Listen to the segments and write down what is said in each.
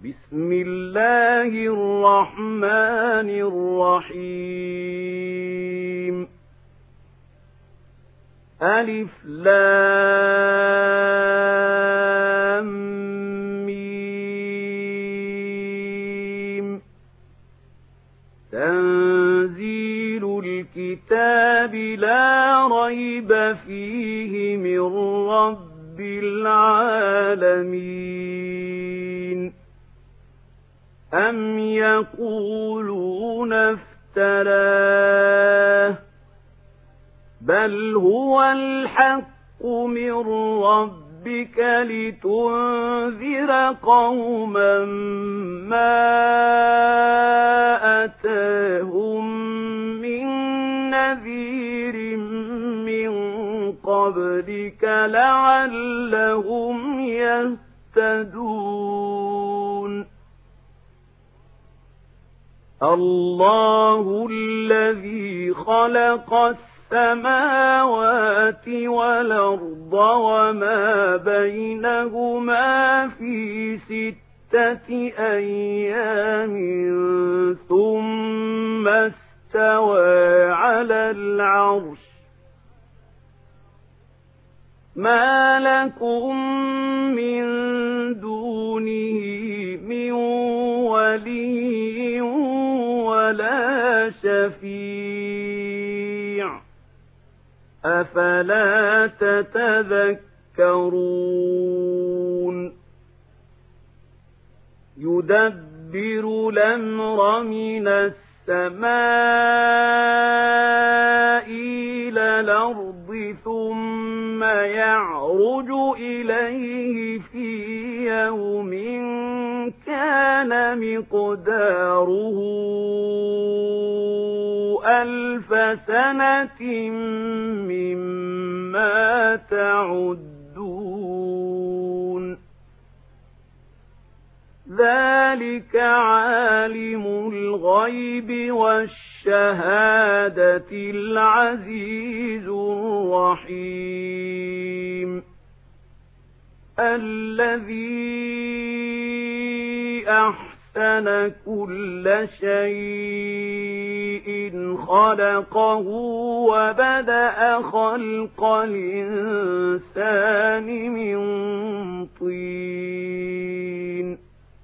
بسم الله الرحمن الرحيم ألف لام ميم تنزيل الكتاب لا ريب فيه من رب العالمين أم يقولون افتراه بل هو الحق من ربك لتنذر قوما ما أتاهم من نذير من قبلك لعلهم يهتدون الله الذي خلق السماوات والأرض وما بينهما في 6 أيام ثم استوى على العرش ما لكم من دونه من ولي ولا شفيع أفلا تتذكرون يدبر الأمر من السماء إلى الأرض ثم يعرج إليه في يوم كان مقداره 1000 سنة مما تعدون ذلك عالم الغيب والشهادة العزيز الرحيم الذي أحسن كل شيء خلقه وبدأ خلق الإنسان من طين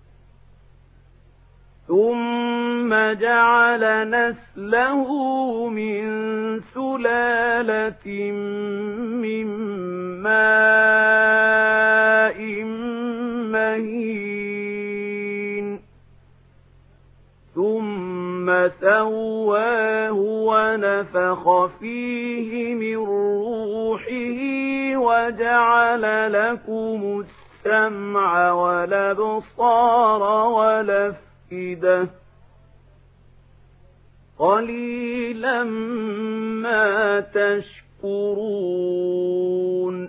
ثم جعل نسله من سلالة من ماء مهين ثم سواه ونفخ فيه من روحه وجعل لكم السمع والأبصار والأفئدة قليلا ما تشكرون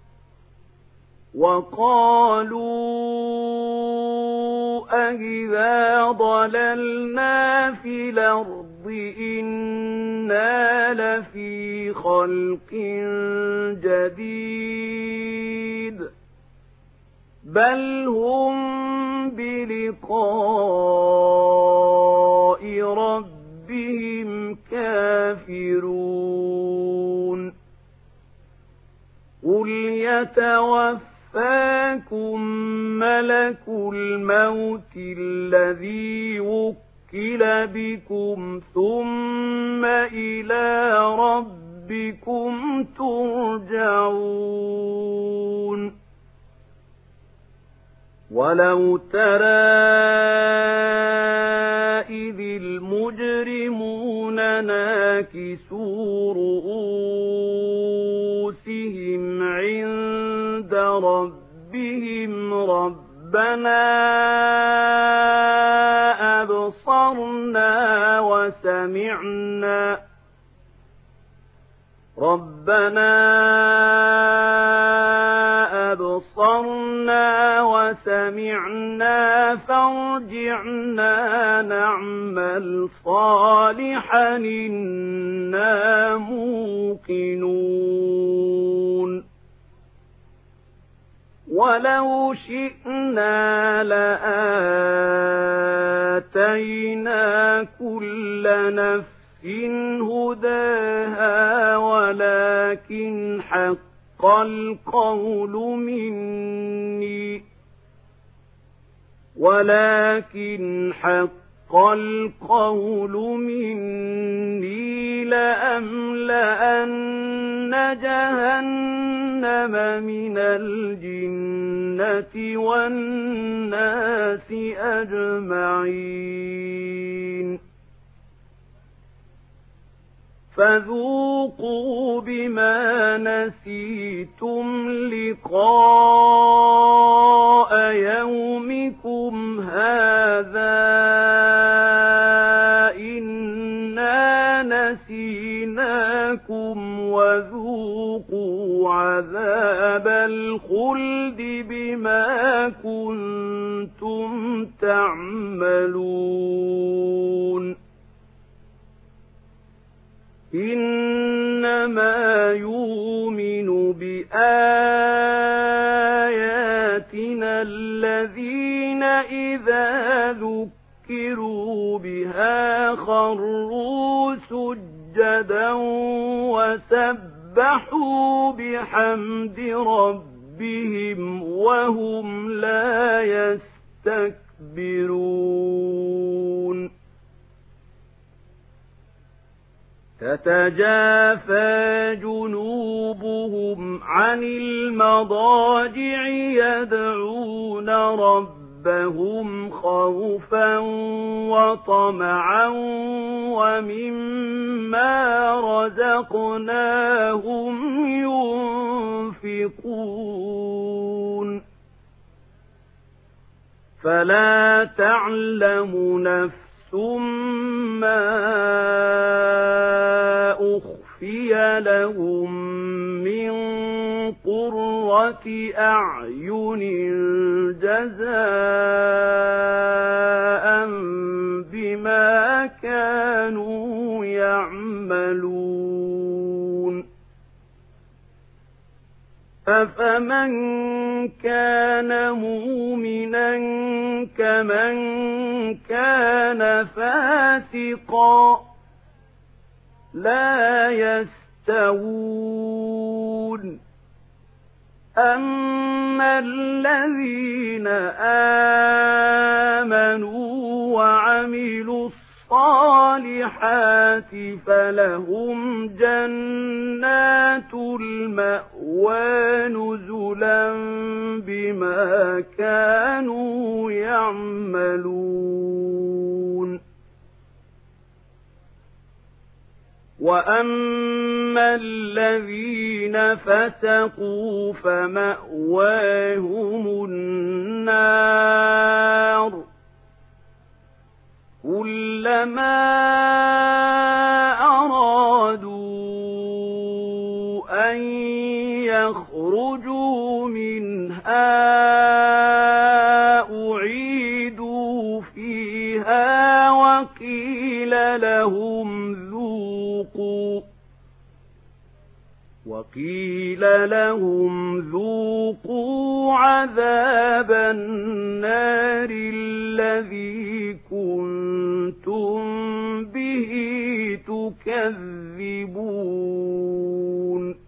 وقالوا أَإِذَا ضللنا في الأرض إنا لفي خلق جديد بل هم بلقاء ربهم كافرون قل يتوفاكم ملك الموت الذي وكل بكم ثم إلى ربكم ترجعون ولو ترى إذ المجرمون ناكسوا رؤوسهم عند ربهم ربنا أبصرنا وسمعنا فارجعنا نعمل صالحا إنا موقنون ولو شئنا لآتينا كل نفس هداها ولكن حق القول مني لأملأن جهنم من الجنة والناس أجمعين فذوقوا بما نسيتم لقاء يومكم هذا إنا نسيناكم وذوقوا عذاب الخلد بما كنتم تعملون إنما يؤمن بآياتنا الذين إذا ذكروا بها خروا سجدا وسبحوا بحمد ربهم وهم لا يستكبرون تتجافى جنوبهم عن المضاجع يدعون ربهم خوفا وطمعا ومما رزقناهم ينفقون فلا تعلم نفس ما أخفي لهم من قرة أعين جزاء بما كانوا يعملون أفمن كان مؤمنا كمن كان فاسقا لا يستوون أما الذين آمنوا وعملوا الصالحات فلهم جنات المأوى نزلا بما كانوا يعملون وأما الذين فسقوا فمأواهم النار كلما أرادوا أن يخرجوا منها أعيدوا فيها وقيل لهم ذوقوا عذاب النار الذي كنتم به تكذبون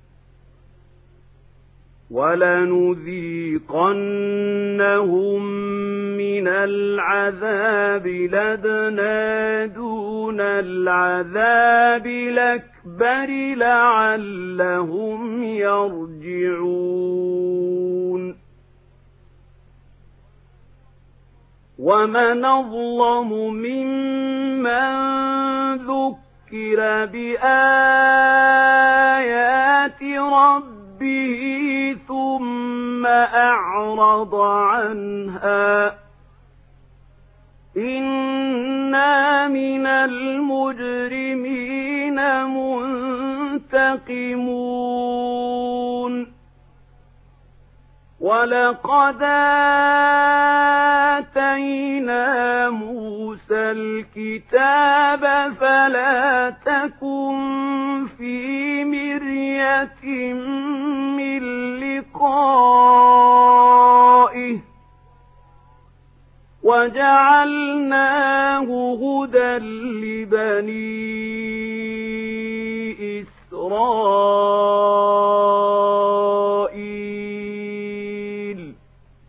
ولنذيقنهم من العذاب لدنا دون العذاب الأكبر لعلهم يرجعون ومن أظلم ممن ذكر بآيات ربه ثم أعرض عنها إنا من المجرمين منتقمون ولقد آتينا موسى الكتاب فلا تكن في مرية من لقائه لقائه وجعلناه هدى لبني إسرائيل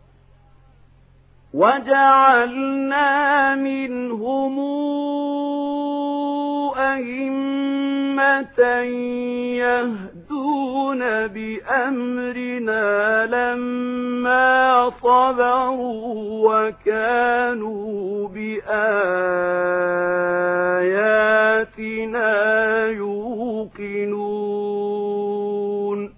وجعلنا منهم أئمة يهدون بأمرنا لما صبروا وكانوا بآياتنا يوقنون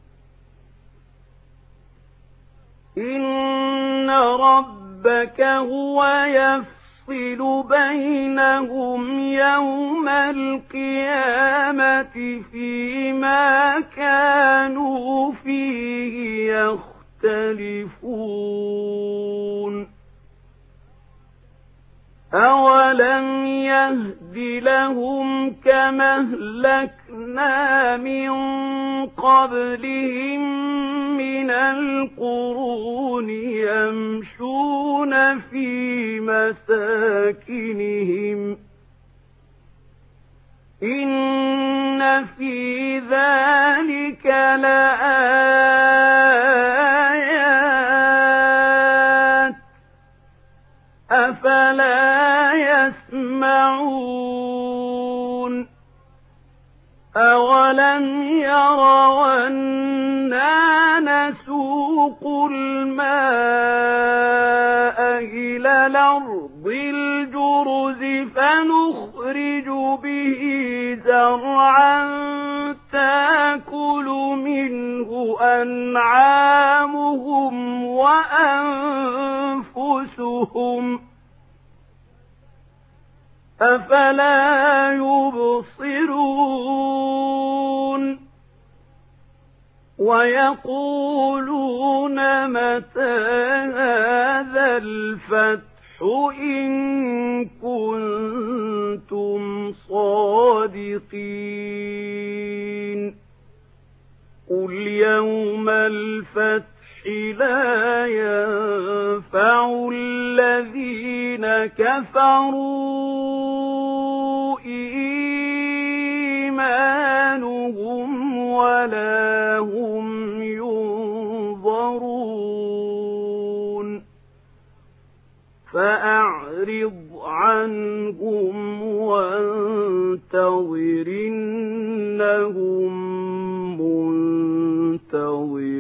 إن ربك هو يفصل بينهم يوم القيامة فيما كانوا فيه يختلفون أولم يهد لهم كما أهلكنا من قبلهم من القرون يمشون في مساكنهم إن في ذلك لآيات أفلا يسمعون أولم يروا أنا نسوق الماء إلى الأرض الجرز فنخرج به زرعا تأكل منه أنعامهم وأنفسهم أفلا يبصرون ويقولون متى هذا الفتح إن كنتم صادقين قل يوم الفتح لا ينفع الذين كفروا إيمانهم ولا هم ينظرون فأعرض عنهم وانتظر إنهم منتظرون